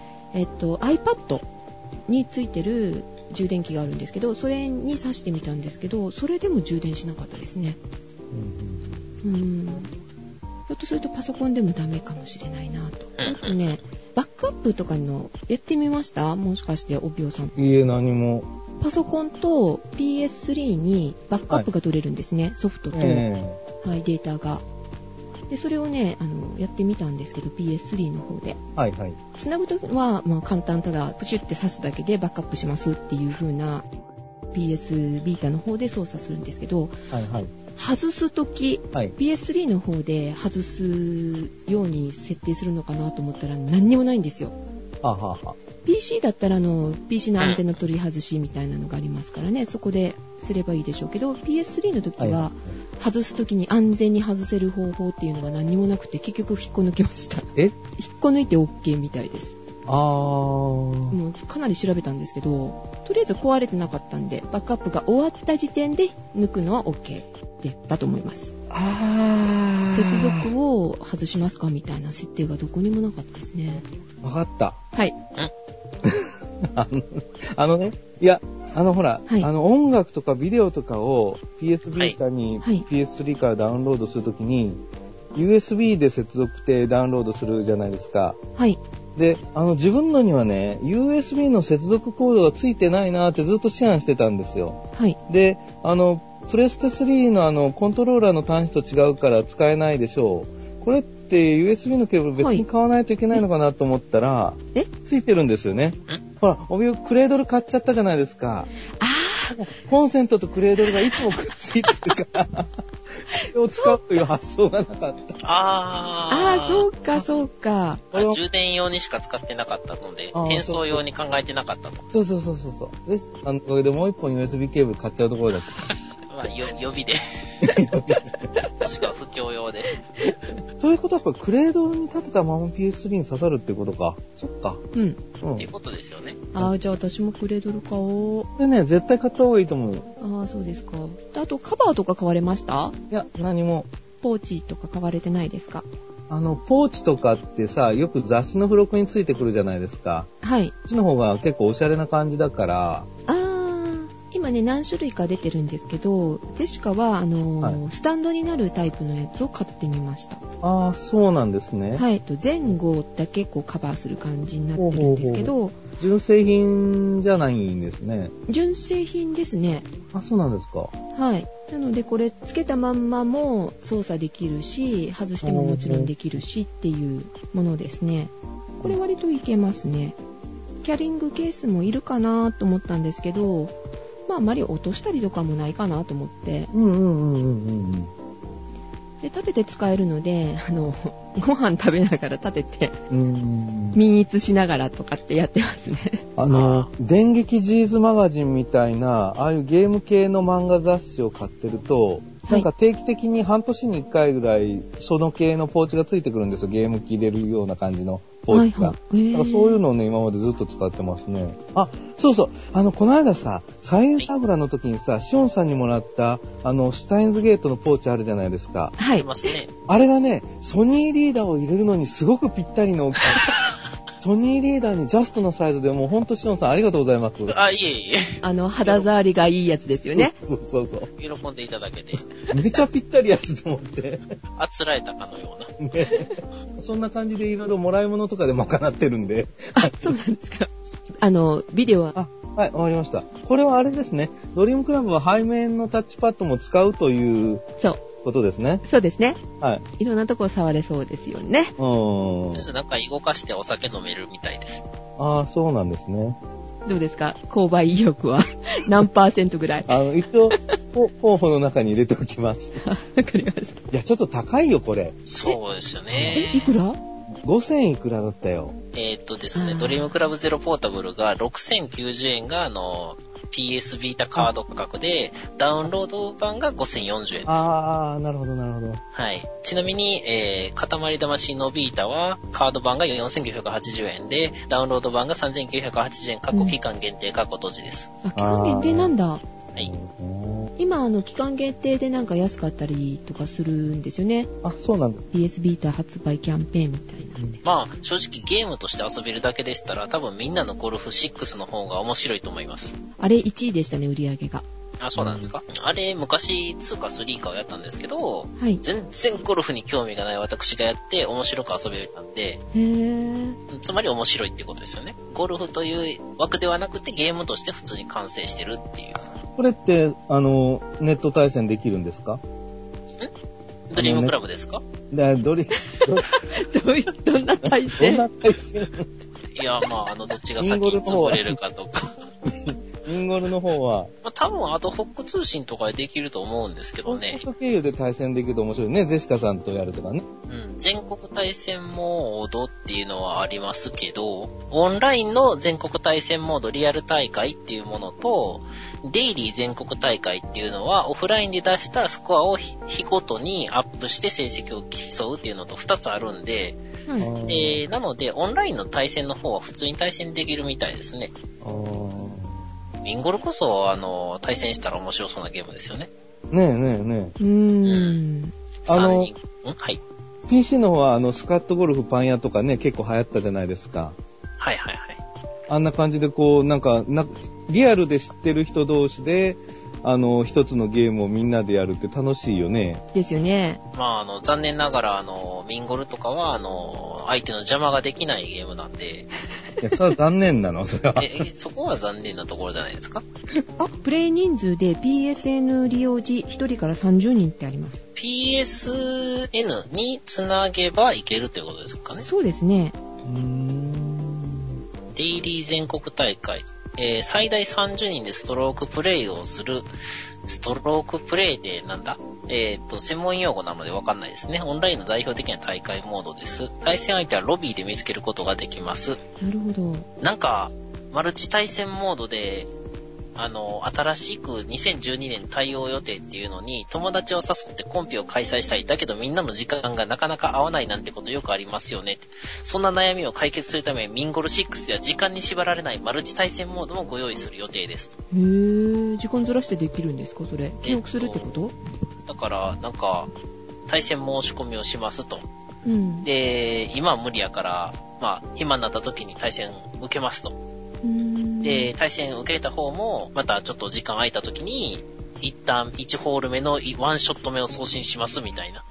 、iPad についてる充電器があるんですけど、それに挿してみたんですけど、それでも充電しなかったですね。ひょっとするとパソコンでもダメかもしれないなと。あとね、バックアップとかのやってみました？もしかしておびょうさん。 いいえ、何も。 パソコンと PS3 にバックアップが取れるんですね、ソフトと、データが。でそれをねやってみたんですけど PS3 の方で、つなぐとは、簡単、ただプシュって挿すだけでバックアップしますっていう風な PS ビータの方で操作するんですけど、外すとき、PS3 の方で外すように設定するのかなと思ったら何にもないんですよ。PC だったらPC の安全の取り外しみたいなのがありますからね、そこですればいいでしょうけど、 PS3 の時は外す時に安全に外せる方法っていうのが何にもなくて、結局引っこ抜きました。引っこ抜いて OK みたいです。もうかなり調べたんですけど、とりあえず壊れてなかったんで、バックアップが終わった時点で抜くのは OK だと思います。接続を外しますかみたいな設定がどこにもなかったですね。 わかった。ほら、音楽とかビデオとかを PS ビータに PS3 からダウンロードするときに、USB で接続してダウンロードするじゃないですか。で、自分のにはね、USB の接続コードがついてないなってずっと思案してたんですよ。で、プレステ3のコントローラーの端子と違うから使えないでしょう。これって USB のケーブル別に買わないといけないのかなと思ったら、ついてるんですよね。ほら、おびよクレードル買っちゃったじゃないですか。コンセントとクレードルがいつもくっついてるからそれを使うという発想がなかった。 そうかそうか。 充電用にしか使ってなかったので、転送用に考えてなかったと。 そうで、これでもう一本 USB ケーブル買っちゃうところだった。 予備でもしくは不況用で。 ということはやっぱクレードルに立てたまま PS3 に刺さるってことか。そっか。 っていうことですよね。 じゃあ私もクレードル買おう。 これね、絶対買った方がいいと思う。 そうですか。あとカバーとか買われました？ いや、何も。 ポーチとか買われてないですか？ ポーチとかってさ、よく雑誌の付録についてくるじゃないですか。こっちの方が結構おしゃれな感じだから。 今今ね、何種類か出てるんですけど、ジェシカは、スタンドになるタイプのやつを買ってみました。 ああ、そうなんですね。 はい。前後だけこうカバーする感じになってるんですけど、 純正品じゃないんですね。 純正品ですね。 あ、そうなんですか。 はい。なのでこれつけたまんまも操作できるし、外してももちろんできるしっていうものですね。これ割といけますね。キャリングケースもいるかなと思ったんですけど、まああまり落としたりとかもないかなと思って。で、立てて使えるので、ご飯食べながら立てて、均一しながらとかってやってますね。 電撃ジーズマガジンみたいな、ああいうゲーム系の漫画雑誌を買ってると、なんか定期的に半年に1回ぐらい、その系のポーチがついてくるんですよ。ゲーム機入れるような感じのポーチが。だからそういうのをね、今までずっと使ってますね。あ、そうそう。この間さ、サイエンス油の時にさ、シオンさんにもらった、シュタインズゲートのポーチあるじゃないですか。 はい。 あれがね、ソニーリーダーを入れるのにすごくぴったりの大きさ。ソニーリーダーにジャストのサイズでもうほんとシオンさんありがとうございます。 あ、いえいえ。 肌触りがいいやつですよね。 そう。 喜んでいただけて。 めちゃぴったりやつと思って。 あつらえたかのような。 ね、そんな感じでいろいろもらい物とかで賄ってるんで。 あ、そうなんですか。ビデオは。 あ、はい、わかりました。これはあれですね。ドリームクラブは背面のタッチパッドも使うという。そう。ことですね。 そうですね。 はい。 いろんなとこ触れそうですよね。 なんか動かしてお酒飲めるみたいです。 ああ、そうなんですね。 どうですか？購買意欲は何%ぐらい？ 一応、候補の中に入れておきます。 わかりました。 いや、ちょっと高いよ、これ。 そうですよね。 いくら ？5000いくらだったよ。 ですね、ドリームクラブゼロポータブルが6090円がPS ビータカード価格で、ダウンロード版が5040円です。 ああ、なるほど。 はい。ちなみに、塊魂のビータは、カード版が4980円で、ダウンロード版が3980円、期間限定、閉じです。 あ、期間限定なんだ。 はい。 今、期間限定でなんか安かったりとかするんですよね。 あ、そうなんだ。 PS ビータ発売キャンペーンみたいなんで。 まあ、正直ゲームとして遊べるだけでしたら、多分みんなのゴルフ6の方が面白いと思います。 あれ1位でしたね、売り上げが。 あ、そうなんですか。あれ、昔2か3かをやったんですけど、はい、全然ゴルフに興味がない私がやって面白く遊べたんで、つまり面白いってことですよね。ゴルフという枠ではなくてゲームとして普通に完成してるっていう。 これって、ネット対戦できるんですか？ ドリームクラブですか？ どんな対戦？ いや、まあ、どっちが先に潰れるかとか。 インゴルの方は、 まあ、多分アドホック通信とかでできると思うんですけどね。 経由で対戦できると面白いね。ゼシカさんとやるとかね。 全国対戦モードっていうのはありますけど、オンラインの全国対戦モードリアル大会っていうものと、デイリー全国大会っていうのはオフラインで出したスコアを日ごとにアップして成績を競うっていうのと2つあるんで、なのでオンラインの対戦の方は普通に対戦できるみたいですね。インゴルこそ対戦したら面白そうなゲームですよね。 ねえ。 はい。 PC の方はスカットゴルフパン屋とかね、結構流行ったじゃないですか。 はい。 あんな感じでこう、リアルで知ってる人同士で、一つのゲームをみんなでやるって楽しいよね。 ですよね。 まあ、残念ながら、ミンゴルとかは、相手の邪魔ができないゲームなんで。 いや、それは残念なの、それは。 そこは残念なところじゃないですか。 プレイ人数で PSN 利用時1人から30人ってあります。 PSN につなげばいけるってことですかね。 そうですね。 デイリー全国大会。最大30人でストロークプレイをする。ストロークプレイで専門用語なのでわかんないですね。オンラインの代表的な大会モードです。対戦相手はロビーで見つけることができます。 なるほど。 なんか、マルチ対戦モードで、新しく2012年対応予定っていうのに、友達を誘ってコンペを開催したい。だけどみんなの時間がなかなか合わないなんてことよくありますよね。そんな悩みを解決するため、ミンゴル6では時間に縛られないマルチ対戦モードもご用意する予定です。 時間ずらしてできるんですか、それ。記憶するってこと？ だから、対戦申し込みをしますと。で、今は無理やから、暇になった時に対戦受けますと。 で、対戦受けれた方も、またちょっと時間空いた時に、一旦1ホール目のワンショット目を送信しますみたいな。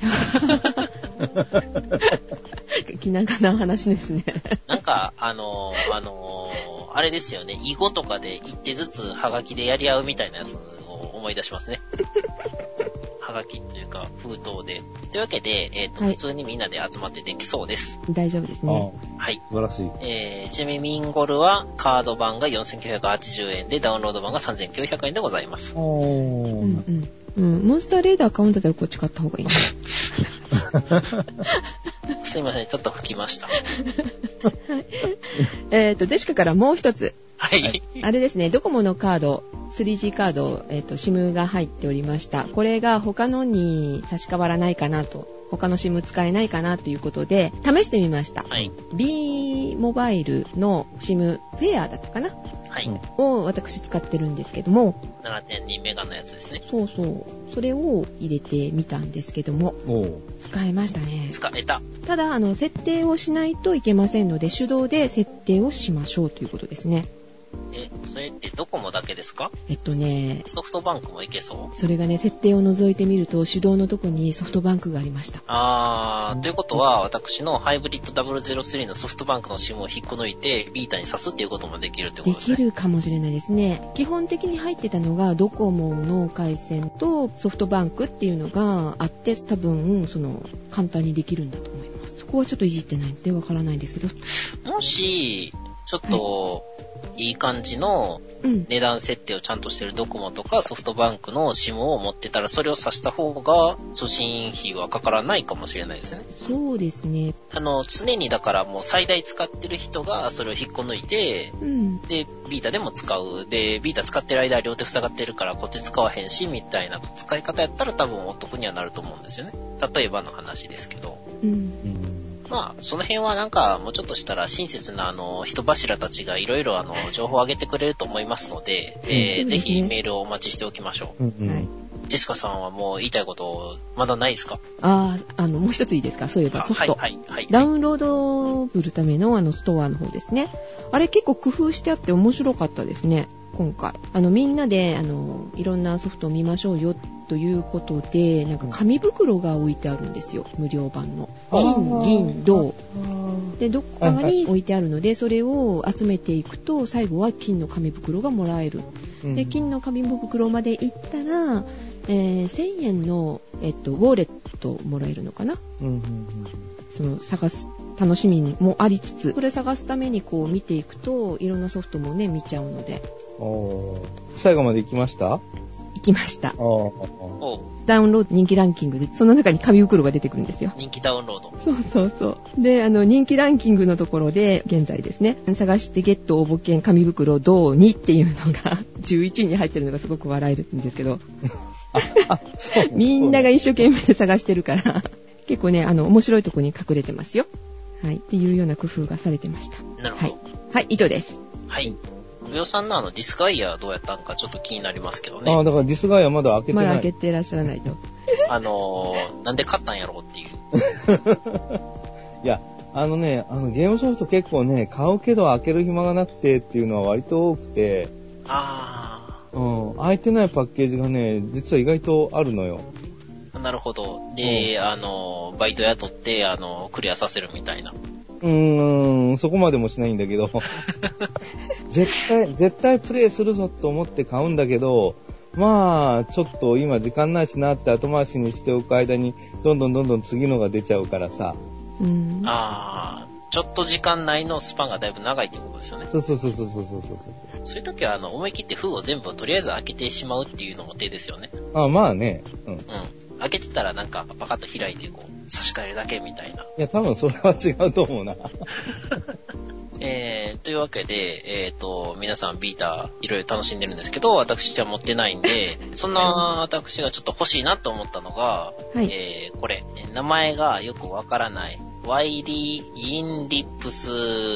気長な話ですね。 なんか、あれですよね、囲碁とかで1手ずつハガキでやり合うみたいなやつを思い出しますね。ハガキというか封筒で。というわけで、普通にみんなで集まってできそうです。 大丈夫ですね。 はい。 素晴らしい。ちなみにミンゴルはカード版が4980円で、ダウンロード版が3900円でございます。 モンスターレーダー買うんだったらこっち買った方がいいね。 すいません、ちょっと吹きました。 ジェシカからもう一つ。 はい。 あれですね、ドコモのカード、3G カード、SIM が入っておりました。これが他のに差し替わらないかなと、他の SIM 使えないかなということで、試してみました。 はい。 B モバイルの SIM、フェアだったかな、 はい、 を私使ってるんですけども、 7.2 メガのやつですね。 そうそう、それを入れてみたんですけども、使えましたね。 使えた。 ただ設定をしないといけませんので、手動で設定をしましょうということですね。 それってドコモだけですか？ ソフトバンクもいけそう？ それがね、設定を覗いてみると手動のとこにソフトバンクがありました。 ということは、私のハイブリッド003のソフトバンクの SIM を引っこ抜いてビータに挿すっていうこともできるってことですね。 できるかもしれないですね。基本的に入ってたのがドコモの回線とソフトバンクっていうのがあって、多分簡単にできるんだと思います。そこはちょっといじってないんでわからないんですけど、 もしちょっと、いい感じの値段設定をちゃんとしてるドコモとかソフトバンクの SIM を持ってたら、それを挿した方が送信費はかからないかもしれないですよね。 そうですね。 常にだからもう最大使ってる人がそれを引っこ抜いて、で、ビータでも使う。で、ビータ使ってる間は両手塞がってるからこっち使わへんし、みたいな使い方やったら多分お得にはなると思うんですよね。例えばの話ですけど。まあ、その辺はなんか、もうちょっとしたら親切な人柱たちがいろいろ情報を上げてくれると思いますので、ぜひメールをお待ちしておきましょう。ジェシカさんはもう言いたいことまだないですか？ もう一ついいですか？そういえばソフト。ダウンロードするためのストアの方ですね。あれ結構工夫してあって面白かったですね。今回。みんなで、いろんなソフトを見ましょうよということで、なんか紙袋が置いてあるんですよ。無料版の。金、銀、銅。で、どこかに置いてあるので、それを集めていくと、最後は金の紙袋がもらえる。で、金の紙袋まで行ったら、1000円の、ウォーレットもらえるのかな。探す楽しみもありつつ、これ探すためにこう見ていくと、いろんなソフトもね、見ちゃうので。 最後まで行きました？ 行きました。ダウンロード人気ランキングで、その中に紙袋が出てくるんですよ。 人気ダウンロード。 そう。で、人気ランキングのところで、現在ですね、探してゲット応募券紙袋銅2っていうのが、11位に入ってるのがすごく笑えるんですけど。みんなが一生懸命探してるから、結構ね、面白いところに隠れてますよ。はい。っていうような工夫がされてました。 なるほど。 はい、以上です。 はい。りょうさんのディスガイアどうやったんかちょっと気になりますけどね。 だからディスガイアまだ開けてない。 まだ開けてらっしゃらないと。 なんで買ったんやろうっていう。 いや、ゲームソフト結構ね、買うけど開ける暇がなくてっていうのは割と多くて。開いてないパッケージがね、実は意外とあるのよ。 なるほど。で、バイト雇って、クリアさせるみたいな。 そこまでもしないんだけど。絶対プレイするぞと思って買うんだけど、まあ、ちょっと今時間ないしなって後回しにしておく間に、どんどん次のが出ちゃうからさ。 ちょっと時間内のスパンがだいぶ長いってことですよね。 そう。そういう時は、思い切って封を全部とりあえず開けてしまうっていうのも手ですよね。 まあね。 開けてたらなんかパカッと開いてこう差し替えるだけみたいな。 いや、多分それは違うと思うな。 というわけで、皆さんビータいろいろ楽しんでるんですけど、私は持ってないんで、そんな私がちょっと欲しいなと思ったのが、これ、名前がよくわからない。YD インリップス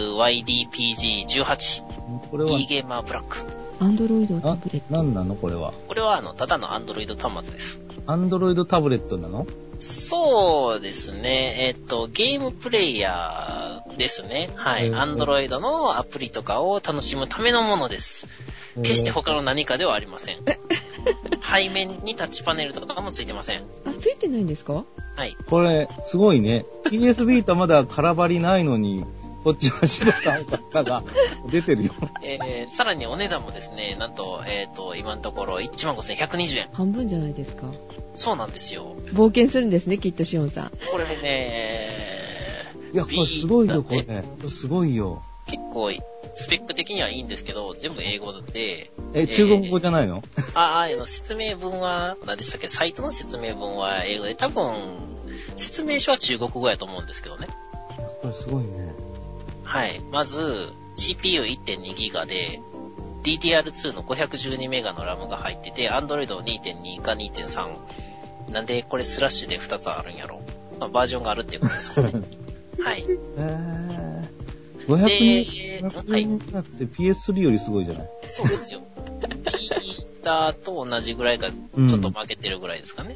YDPG18 これは E ゲーマーブラック。 アンドロイドタブレット。 何なのこれは。 これはただのアンドロイド端末です。 アンドロイドタブレットなの？ そうですね。ゲームプレイヤーですね。はい。Android のアプリとかを楽しむためのものです。決して他の何かではありません。背面にタッチパネルとかもついてません。 あ、ついてないんですか？ はい。 これ、すごいね。PS ビータまだ空張りないのに、こっちは白かが出てるよ。 さらにお値段もですね、なんと、今のところ 15,120 円。 半分じゃないですか。 そうなんですよ。 冒険するんですね、きっとシオンさん。 これね、 いや、これすごいよ、これ。すごいよ。 結構、スペック的にはいいんですけど、全部英語で。 中国語じゃないの？ 説明文は、何でしたっけ、サイトの説明文は英語で、多分、説明書は中国語やと思うんですけどね。 これすごいね。はい。 まず、CPU1.2 ギガで、DDR2 の512メガのラムが入ってて、Android 2.2 か 2.3。なんでこれスラッシュで2つあるんやろ。まあ、バージョンがあるっていうことですよね。はい。 500だって PS3 よりすごいじゃない？ そうですよ。ビータと同じぐらいか、ちょっと負けてるぐらいですかね。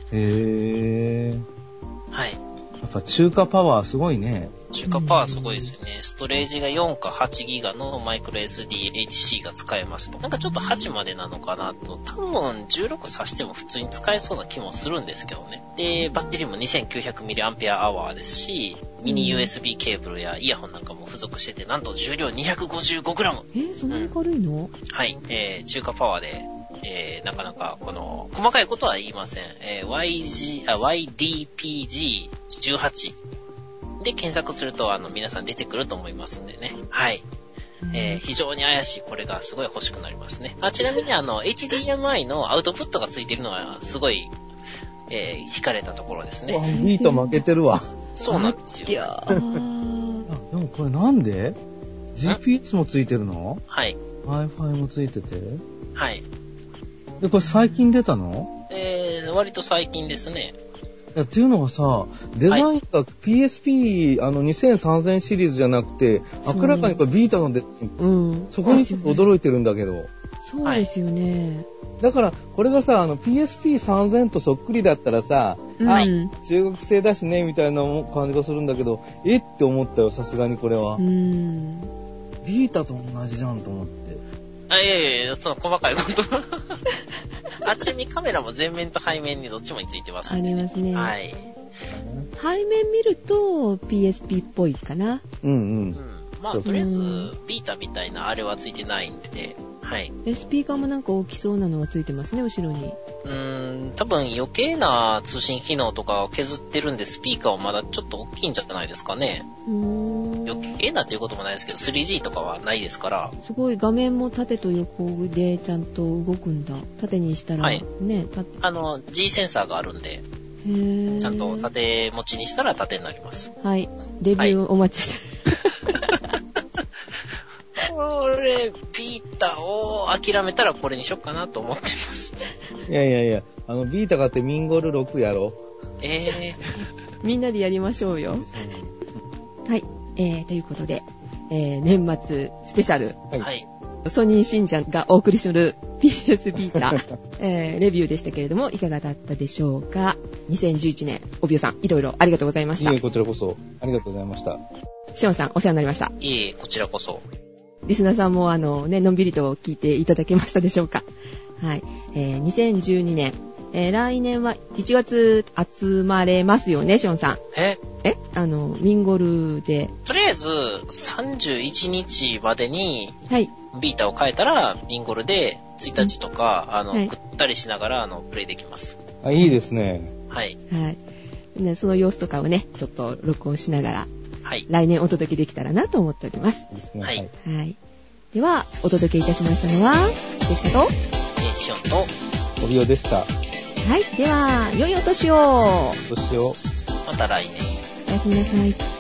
はい。 やっぱ中華パワーすごいね。 中華パワーすごいですよね。ストレージが4か8ギガのマイクロ SD-HC が使えますと。なんかちょっと8までなのかなと。多分16挿しても普通に使えそうな気もするんですけどね。で、バッテリーも 2900mAh ですし、ミニ USB ケーブルやイヤホンなんかも付属してて、なんと重量 255g。 そんなに軽いの？ はい。中華パワーで、なかなかこの、細かいことは言いません。YDPG18 で検索すると皆さん出てくると思いますんでね。はい。非常に怪しい、これがすごい欲しくなりますね。ちなみにHDMI のアウトプットがついているのはすごい、惹かれたところですね。 ビート負けてるわ。 そうなんですよ。 でもこれなんで ?GPS もついてるの？ はい。 Wi-Fi もついてて？ はい。 で、これ最近出たの？ 割と最近ですね。 っていうのがさ、デザインが PSP、2000、3000シリーズじゃなくて、明らかにこれビータのデザイン、そこに驚いてるんだけど。 そうですよね。 だから、これがさ、PSP3000 とそっくりだったらさ、中国製だしね、みたいな感じがするんだけど、って思ったよ、さすがにこれは。ビータと同じじゃんと思って。 いや、その細かいこと。ちなみにカメラも前面と背面にどっちもについてます、 ね。ありますね。 はい。 背面見ると PSP っぽいかな。 まあ、とりあえず、ビータみたいなあれはついてないんで、はい。 スピーカーもなんか大きそうなのがついてますね、後ろに。 多分余計な通信機能とかを削ってるんで、スピーカーはまだちょっと大きいんじゃないですかね。余計なっていうこともないですけど、3G とかはないですから。 すごい、画面も縦と横でちゃんと動くんだ。縦にしたら、ね。 G センサーがあるんで、ちゃんと縦持ちにしたら縦になります。 はい。レビューお待ちして。 これ、ビータを諦めたらこれにしよっかなと思ってます。 いや、ビータ買ってミンゴル6やろう。 みんなでやりましょうよ。はい。ということで、年末スペシャル。 はい。 ソニー信者がお送りする PS ビータ、レビューでしたけれども、いかがだったでしょうか。2011年、帯尾さん、いろいろありがとうございました。 こちらこそ、ありがとうございました。 シオンさん、お世話になりました。 こちらこそ。 リスナーさんものんびりと聞いていただけましたでしょうか。はい。2012年、来年は1月集まれますよね、シオンさん。ミンゴルで。 とりあえず、31日までに、 はい。 ビータを変えたら、ミンゴルで1日とか、ぐったりしながら、プレイできます。 いいですね。 はい。 はい。その様子とかをね、ちょっと録音しながら、 はい。 来年お届けできたらなと思っております。 はい。 はい。では、お届けいたしましたのは、ジェシカと、 シオンと、 帯尾でした。はい 。では、良いお年を。 お年を。 また来年。 おやすみなさい。